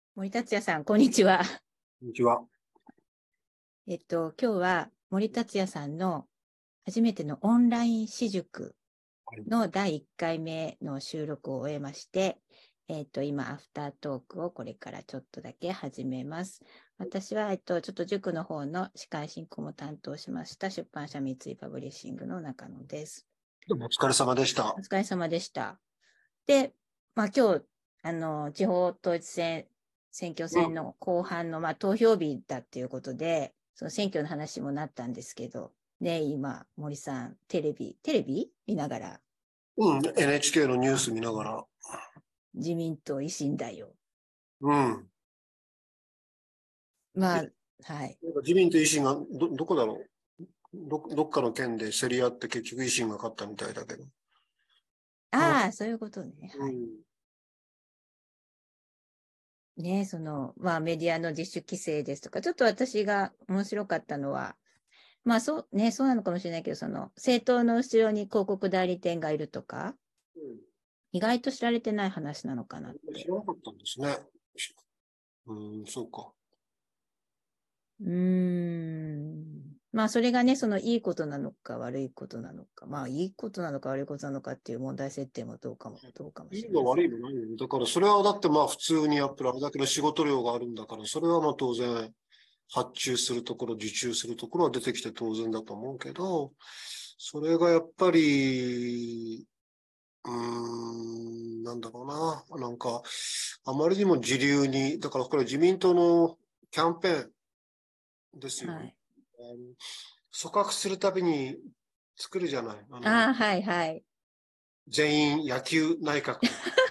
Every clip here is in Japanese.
森達也さん、こんにちは。 こんにちは。 今日は森達也さんの初めてのオンライン私塾の第1回目の収録を終えまして、今、アフタートークをこれからちょっとだけ始めます。私は、ちょっと塾の方の司会進行も担当しました出版社三井パブリッシングの中野です。 どうもお疲れ様でした。 お疲れ様でした。で、今日、地方統一選挙戦の後半の、投票日だっていうことで、その選挙の話もなったんですけど、ね、今、森さん、テレビ見ながら。 NHK のニュース見ながら。 自民党維新だよ。 はい。自民と維新がどこだろう。どっかの県で競り合って結局維新が勝ったみたいだけど。 そういうことね。はい。メディアの自主規制ですとか、ちょっと私が面白かったのは、そうなのかもしれないけど、政党の後ろに広告代理店がいるとか、意外と知られてない話なのかなって。 知らなかったんですね。そうか。 それがね、いいことなのか悪いことなのか、いいことなのか悪いことなのかっていう問題設定もどうかもしれない。 いいの悪いのないよ。だからそれはだって普通にやっぱりあれだけの仕事量があるんだから、それは当然発注するところ、受注するところは出てきて当然だと思うけど、それがやっぱり、なんだろうな。あまりにも自流に、だからこれ自民党のキャンペーンですよ。はい、組閣するたびに作るじゃない。 はいはい。 全員野球内閣。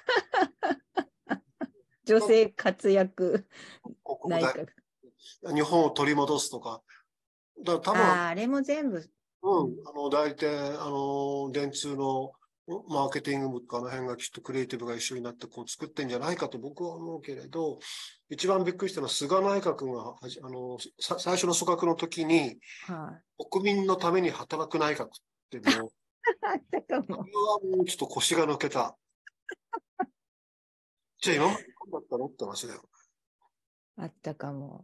女性活躍内閣。 日本を取り戻すとか。だから多分あれも全部。 大体、電通のマーケティング部とかの辺がきっとクリエイティブが一緒になって作ってんじゃないかと僕は思うけれど、一番びっくりしたのは菅内閣が、最初の組閣の時に、国民のために働く内閣っていうのを、 あったかも。 これはもうちょっと腰が抜けた。じゃあ今まで何だったのって話だよ。 あったかも。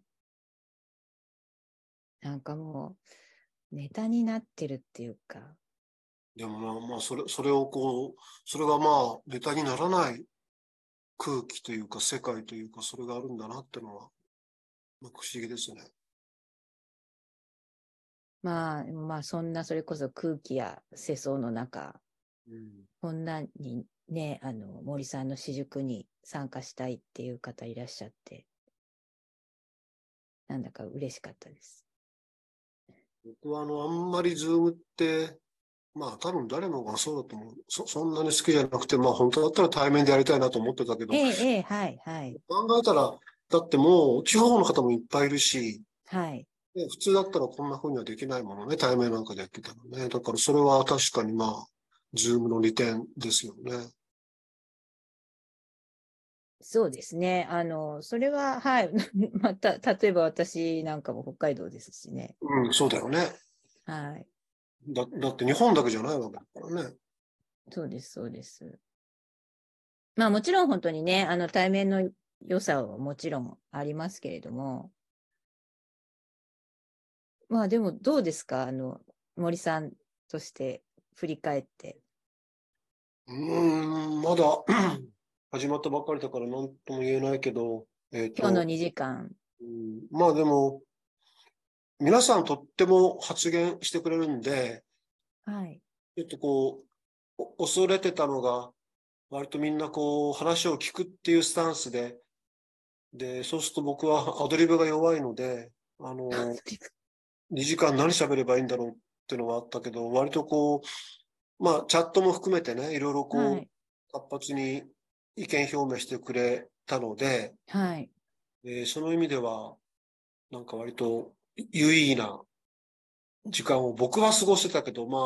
もう、ネタになってるっていうか。 でもそれがネタにならない空気というか世界というかそれがあるんだなってのは、不思議ですね。 そんなそれこそ空気や世相の中、こんなにね、森さんの私塾に参加したいっていう方いらっしゃって、なんだか嬉しかったです。 僕はあんまりズームって、多分誰もがそうだと思う。そんなに好きじゃなくて、本当だったら対面でやりたいなと思ってたけど、 はい、はい。 考えたら、だってもう地方の方もいっぱいいるし、 はい。 普通だったらこんな風にはできないものね、対面なんかでやってたのね。だからそれは確かにズームの利点ですよね。 そうですね。それは、はい。例えば私なんかも北海道ですしね。 そうだよね。 はい。 だって日本だけじゃないわけだからね。 そうです、そうです。もちろん本当にね、対面の良さはもちろんありますけれども、でもどうですか森さんとして振り返って。 まだ始まったばっかりだから何とも言えないけど、 今日の2時間。 でも、皆さんとっても発言してくれるんで、 はい。 ちょっと恐れてたのが、割とみんな話を聞くっていうスタンスで、そうすると僕はアドリブが弱いので、2時間何喋ればいいんだろうっていうのはあったけど、割とチャットも含めてね、いろいろ活発に意見表明してくれたので、 はい。 その意味では、割と有意義な時間を僕は過ごしてたけど、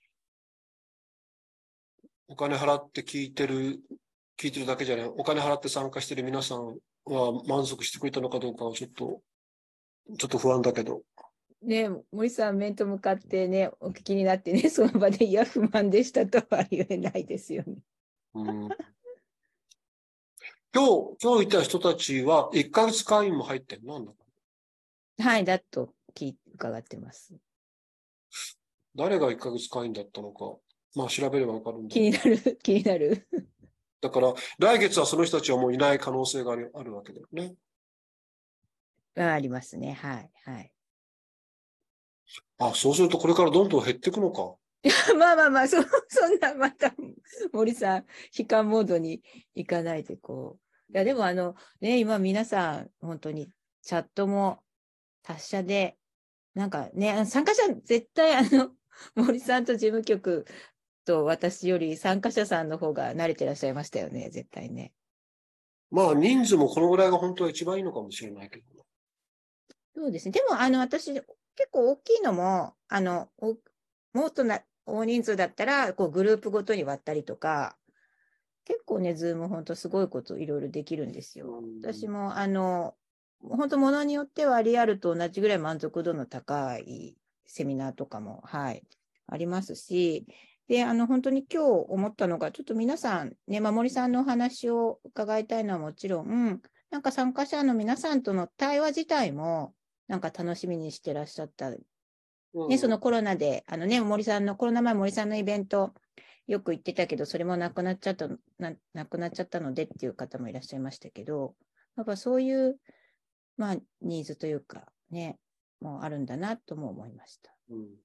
お金払って聞いてるだけじゃない、お金払って参加してる皆さんは満足してくれたのかどうかはちょっと不安だけど。 ね、森さん面と向かってね、お聞きになってね、その場でいや不満でしたとは言えないですよね。 今日いた人たちは1ヶ月会員も入ってるの？なんだか。 はい、だと伺ってます。 誰が1ヶ月会員だったのか。まあ調べればわかるんだ。 気になる、気になる。 だから、来月はその人たちはもういない可能性があるわけだよね。 ありますね。はい、はい。 あ、そうするとこれからどんどん減っていくのか。 まあまあまあ、そんな、また、森さん、悲観モードに行かないで、こう。いや、でもね、今皆さん、本当に、チャットも達者で、なんかね、参加者、絶対森さんと事務局と私より参加者さんの方が慣れてらっしゃいましたよね、絶対ね。 まあ人数もこのぐらいが本当は一番いいのかもしれないけど。 そうですね。でも、私、結構大きいのも、もっと大人数だったら、こう、グループごとに割ったりとか、結構ね、ズーム本当すごいこといろいろできるんですよ。私も、本当ものによってはリアルと同じぐらい満足度の高いセミナーとかも、はい、ありますし、で、本当に今日思ったのが、ちょっと皆さん、ね、守さんのお話を伺いたいのはもちろん、なんか参加者の皆さんとの対話自体も、なんか楽しみにしてらっしゃった。ね、そのコロナで、コロナ前森さんのイベント、よく言ってたけど、それもなくなっちゃったのでっていう方もいらっしゃいましたけど、やっぱそういう、まあ、ニーズというか、ね、もうあるんだなとも思いました。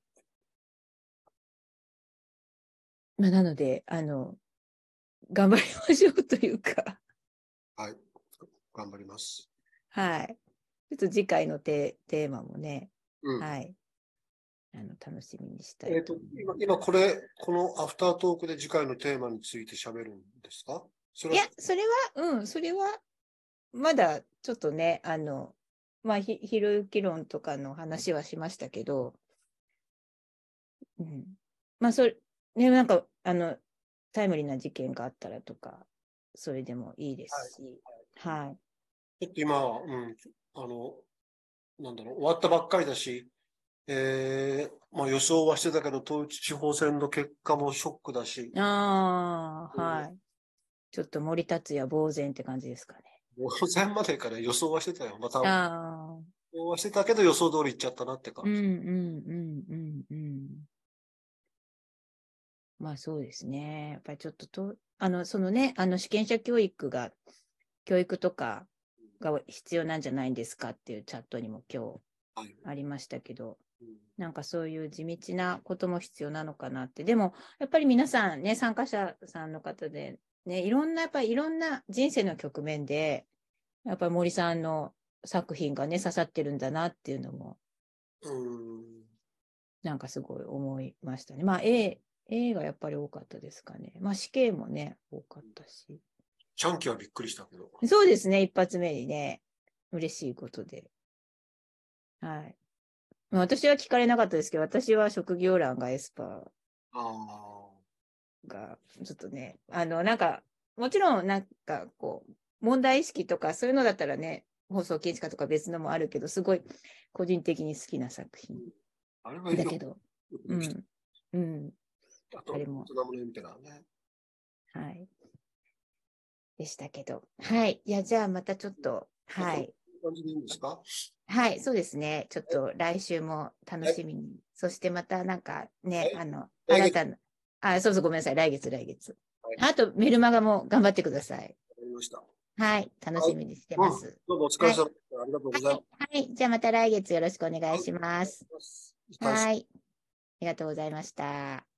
まあ、なので、頑張りましょうというか。 はい。頑張ります。 はい。ちょっと次回のテーマもね、はい。楽しみにしたいと思います。 今このアフタートークで次回のテーマについて喋るんですか？ いや、それは、まだちょっとね、まあ、ひろゆき論とかの話はしましたけど、まあ、ね、なんか、タイムリーな事件があったらとか、それでもいいですし、はい。 ちょっと今、なんだろう、終わったばっかりだし、まあ予想はしてたけど、統一地方選の結果もショックだし。 はい。ちょっと森達也呆然って感じですかね。 呆然までから予想はしてたよ。また、予ああ。 想はしてたけど予想通りいっちゃったなって感じ。 まあそうですね。やっぱりちょっとそのね、主権者教育とかが必要なんじゃないんですかっていうチャットにも今日ありましたけど、なんかそういう地道なことも必要なのかなって。でも、やっぱり皆さんね、参加者さんの方で、ね、いろんな人生の局面で、やっぱり森さんの作品がね、刺さってるんだなっていうのも、なんかすごい思いましたね。まあ、A がやっぱり多かったですかね。まあ、死刑もね、多かったし。 チャンキはびっくりしたけど。 そうですね、一発目にね、嬉しいことで。はい。私は聞かれなかったですけど、私は職業欄がエスパーが、ちょっとね、なんか、もちろん、なんか、こう、問題意識とか、そういうのだったらね、放送禁止化とか別のもあるけど、すごい個人的に好きな作品。だけど、あれも。はい。でしたけど。はい。いや、じゃあまたちょっと、はい。 感じでいいんですか？ はい、そうですね。ちょっと来週も楽しみに。そしてまたなんかね、新たな、そうそう、ごめんなさい。来月。あと、メルマガも頑張ってください。はい、楽しみにしてます。 どうもお疲れ様です。ありがとうございます。 はい、じゃあまた来月よろしくお願いします。はい、ありがとうございました。